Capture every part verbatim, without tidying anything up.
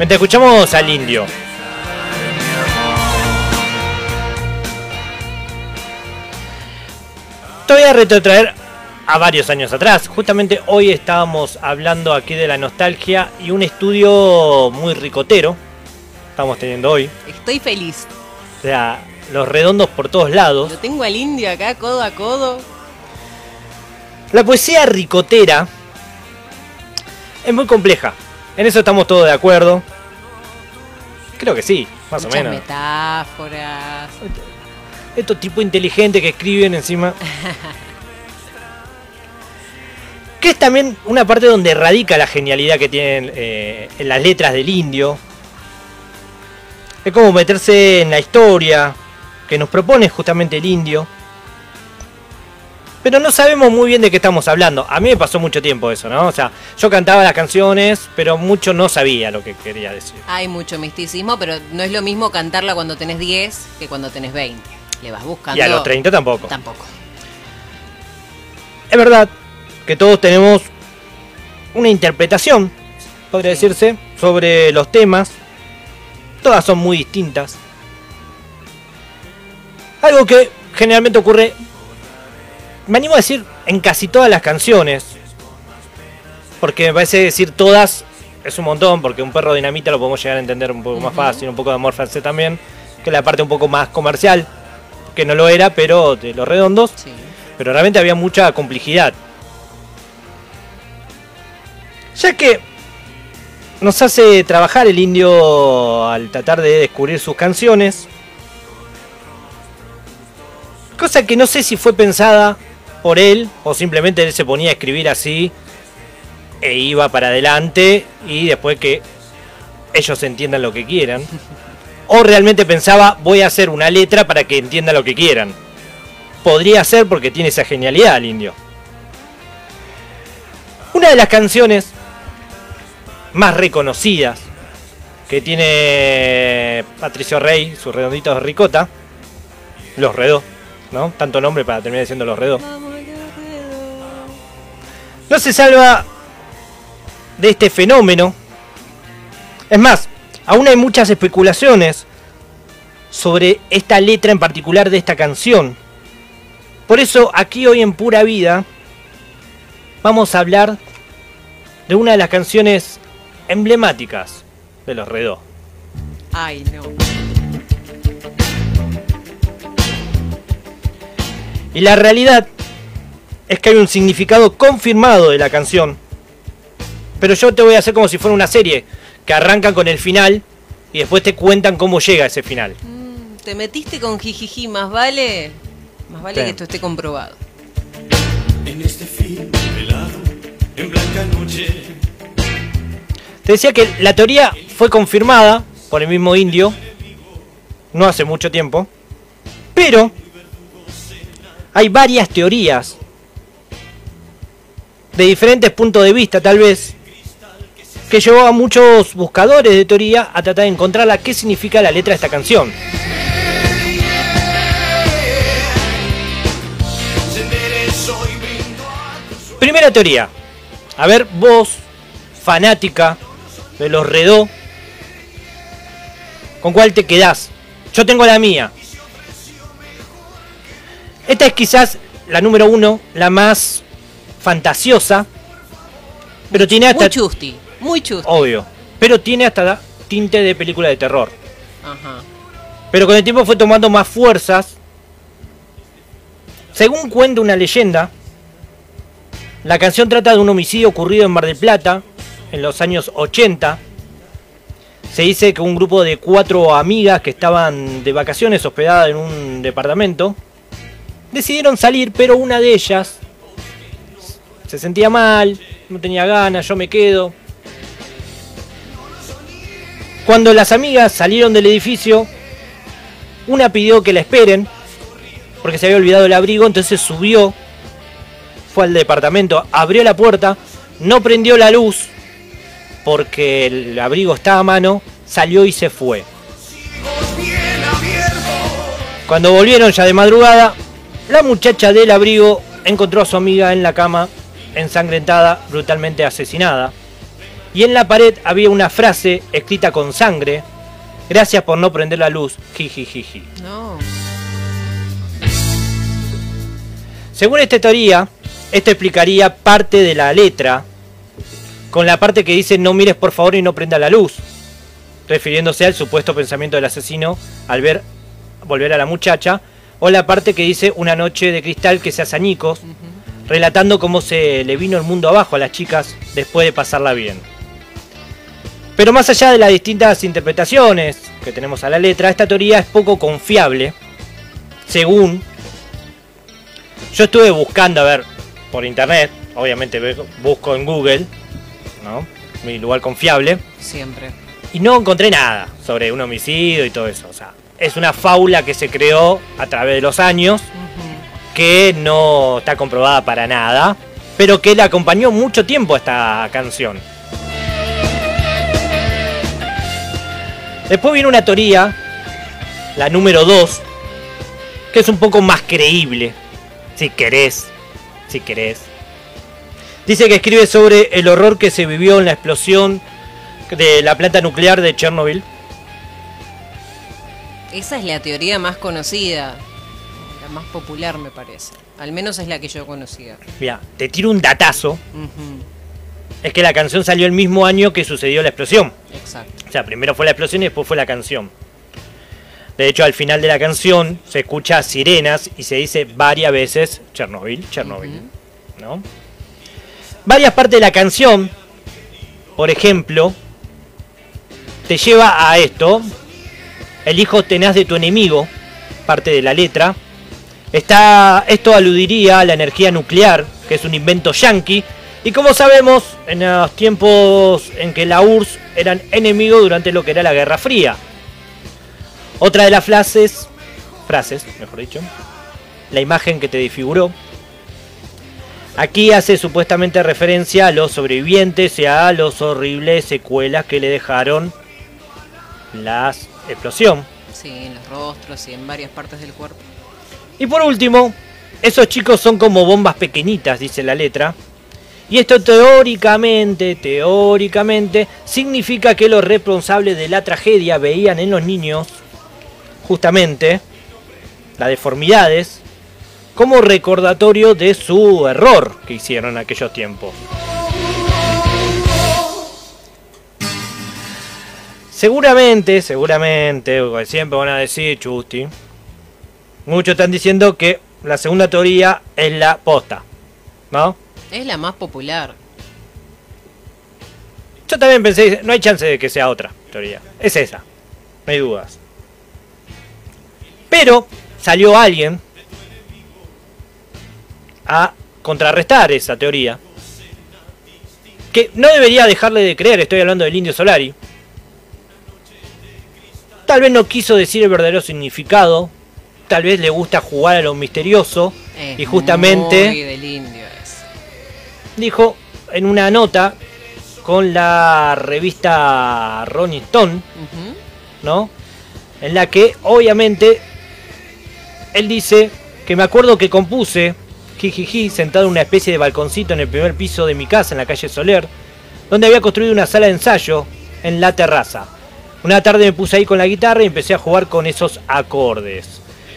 Mientras escuchamos al Indio. Te voy a retrotraer a varios años atrás. Justamente hoy estábamos hablando aquí de la nostalgia y un estudio muy ricotero estamos teniendo hoy. Estoy feliz. O sea, los redondos por todos lados. Lo tengo al Indio acá, codo a codo. La poesía ricotera es muy compleja. En eso estamos todos de acuerdo. Creo que sí, más Muchas o menos. metáforas. Estos tipos inteligentes que escriben encima. Que es también una parte donde radica la genialidad que tienen eh, en las letras del Indio. Es como meterse en la historia que nos propone justamente el Indio. Pero no sabemos muy bien de qué estamos hablando. A mí me pasó mucho tiempo eso, ¿no? O sea, yo cantaba las canciones, pero mucho no sabía lo que quería decir. Hay mucho misticismo, pero no es lo mismo cantarla cuando tenés diez que cuando tenés veinte. Le vas buscando. Y a los treinta tampoco. Tampoco. Es verdad que todos tenemos una interpretación, podría Sí. decirse, sobre los temas. Todas son muy distintas. Algo que generalmente ocurre, me animo a decir, en casi todas las canciones. Porque me parece decir todas es un montón, porque un perro dinamita lo podemos llegar a entender un poco más fácil, un poco de amor francés también, que es la parte un poco más comercial, que no lo era, pero de Los Redondos. Sí. Pero realmente había mucha complejidad. Ya que nos hace trabajar el Indio al tratar de descubrir sus canciones. Cosa que no sé si fue pensada por él o simplemente él se ponía a escribir así e iba para adelante y después que ellos entiendan lo que quieran. O realmente pensaba, voy a hacer una letra para que entiendan lo que quieran. Podría ser porque tiene esa genialidad el Indio. Una de las canciones más reconocidas que tiene Patricio Rey, sus redonditos de ricota, Los Redó, ¿no? Tanto nombre para terminar diciendo Los Redó. No se salva de este fenómeno. Es más, aún hay muchas especulaciones sobre esta letra en particular de esta canción. Por eso aquí hoy en Pura Vida vamos a hablar de una de las canciones emblemáticas de Los Redó. Ay, no. Y la realidad es que hay un significado confirmado de la canción. Pero yo te voy a hacer como si fuera una serie, que arrancan con el final y después te cuentan cómo llega ese final. Mm, te metiste con jijiji, más vale. Más vale Sí. que esto esté comprobado. En este film velado, en blanca noche. Te decía que la teoría fue confirmada por el mismo Indio, no hace mucho tiempo, pero hay varias teorías de diferentes puntos de vista, tal vez, que llevó a muchos buscadores de teoría a tratar de encontrarla qué significa la letra de esta canción. Primera teoría. A ver, vos, fanática de Los Redó, ¿con cuál te quedás? Yo tengo la mía. Esta es quizás la número uno, la más fantasiosa, pero tiene hasta... Muy chusti, muy chusti. Obvio, pero tiene hasta tinte de película de terror. Ajá. Pero con el tiempo fue tomando más fuerzas. Según cuenta una leyenda, la canción trata de un homicidio ocurrido en Mar del Plata en los años ochenta. Se dice que un grupo de cuatro amigas que estaban de vacaciones hospedadas en un departamento decidieron salir, pero una de ellas se sentía mal, no tenía ganas, yo me quedo. Cuando las amigas salieron del edificio, una pidió que la esperen porque se había olvidado el abrigo, entonces subió, fue al departamento, abrió la puerta, no prendió la luz porque el abrigo estaba a mano, salió y se fue. Cuando volvieron ya de madrugada, la muchacha del abrigo encontró a su amiga en la cama, ensangrentada, brutalmente asesinada. y en la pared había una frase escrita con sangre: gracias por no prender la luz, jijijiji. No. Según esta teoría, esto explicaría parte de la letra, con la parte que dice no mires por favor y no prenda la luz, refiriéndose al supuesto pensamiento del asesino al ver volver a la muchacha, o la parte que dice una noche de cristal que se hace añicos, uh-huh. relatando cómo se le vino el mundo abajo a las chicas después de pasarla bien. Pero más allá de las distintas interpretaciones que tenemos a la letra, esta teoría es poco confiable, según yo estuve buscando a ver por internet, obviamente busco en Google, ¿no? Mi lugar confiable. Siempre. Y no encontré nada sobre un homicidio y todo eso. O sea, es una fábula que se creó a través de los años, uh-huh. que no está comprobada para nada, pero que le acompañó mucho tiempo a esta canción. Después viene una teoría, la número dos, que es un poco más creíble, si querés, si querés. Dice que escribe sobre el horror que se vivió en la explosión de la planta nuclear de Chernobyl. Esa es la teoría más conocida, la más popular me parece. Al menos es la que yo conocía. Mira, te tiro un datazo. Uh-huh. Es que la canción salió el mismo año que sucedió la explosión. Exacto. O sea, primero fue la explosión y después fue la canción. De hecho, al final de la canción se escucha sirenas y se dice varias veces Chernobyl, Chernobyl, uh-huh. ¿no? Varias partes de la canción, por ejemplo, te lleva a esto: el hijo tenaz de tu enemigo, parte de la letra. Está, esto aludiría a la energía nuclear, que es un invento yanqui, y como sabemos, en los tiempos en que la U R S S eran enemigos durante lo que era la Guerra Fría. Otra de las frases, frases, mejor dicho, la imagen que te desfiguró. Aquí hace supuestamente referencia a los sobrevivientes y a los horribles secuelas que le dejaron la explosión. Sí, en los rostros y en varias partes del cuerpo. Y por último, esos chicos son como bombas pequeñitas, dice la letra. Y esto teóricamente, teóricamente, significa que los responsables de la tragedia veían en los niños, justamente, las deformidades, como recordatorio de su error que hicieron en aquellos tiempos. Seguramente, seguramente, porque siempre van a decir Chusti, muchos están diciendo que la segunda teoría es la posta, ¿no? Es la más popular. Yo también pensé, no hay chance de que sea otra teoría, es esa, no hay dudas. Pero salió alguien a contrarrestar esa teoría, que no debería dejarle de creer. Estoy hablando del Indio Solari. Tal vez no quiso decir el verdadero significado, tal vez le gusta jugar a lo misterioso, es y justamente muy del indio es. Dijo en una nota con la revista Rolling Stone, uh-huh. ¿no? En la que obviamente él dice que me acuerdo que compuse jijiji sentado en una especie de balconcito en el primer piso de mi casa en la calle Soler, donde había construido una sala de ensayo en la terraza. Una tarde me puse ahí con la guitarra y empecé a jugar con esos acordes.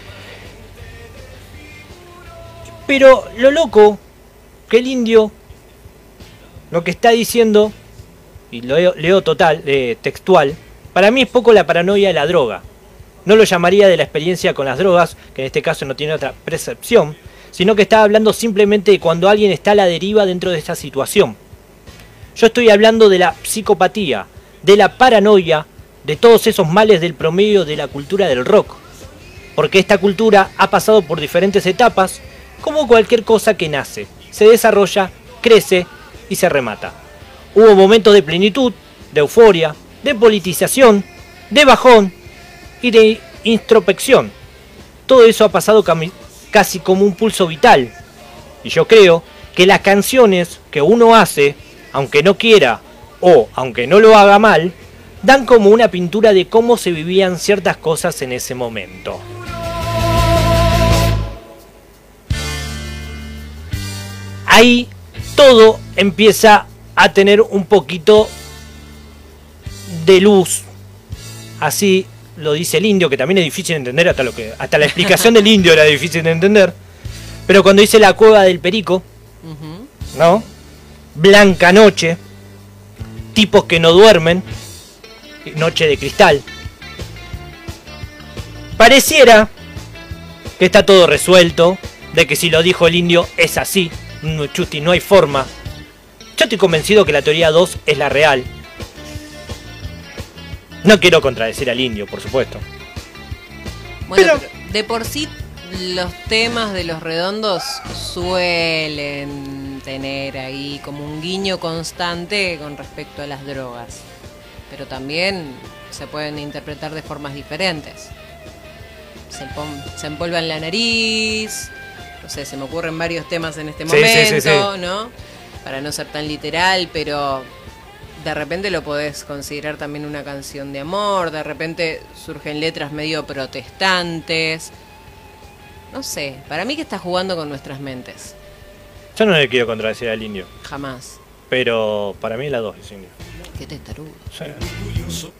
Pero lo loco, que el indio, lo que está diciendo, y lo leo, leo total, eh, textual, para mí es poco la paranoia de la droga. No lo llamaría de la experiencia con las drogas, que en este caso no tiene otra percepción, sino que está hablando simplemente de cuando alguien está a la deriva dentro de esta situación. Yo estoy hablando de la psicopatía, de la paranoia, de todos esos males del promedio de la cultura del rock. Porque esta cultura ha pasado por diferentes etapas, como cualquier cosa que nace, se desarrolla, crece y se remata. Hubo momentos de plenitud, de euforia, de politización, de bajón y de introspección. Todo eso ha pasado casi como un pulso vital. Y yo creo que las canciones que uno hace, aunque no quiera o aunque no lo haga mal, dan como una pintura de cómo se vivían ciertas cosas en ese momento. Ahí todo empieza a tener un poquito de luz, así lo dice el indio, que también es difícil de entender, hasta, lo que, hasta la explicación del indio era difícil de entender, pero cuando dice la cueva del perico, uh-huh. ¿no? Blanca noche, tipos que no duermen, noche de cristal. Pareciera que está todo resuelto, de que si lo dijo el indio es así, no, Chuti, no hay forma. Yo estoy convencido que la teoría dos es la real. No quiero contradecir al indio, por supuesto. Bueno, pero... pero de por sí los temas de Los Redondos suelen tener ahí como un guiño constante con respecto a las drogas. Pero también se pueden interpretar de formas diferentes. Se, empom- se empolvan la nariz, no sé, se me ocurren varios temas en este sí, momento, sí, sí, sí. ¿no? Para no ser tan literal, pero de repente lo podés considerar también una canción de amor, de repente surgen letras medio protestantes. No sé, para mí que está jugando con nuestras mentes. Yo no le quiero contradecir al indio. Jamás. Pero para mí la dos es indio. Qué testarudo. Sí.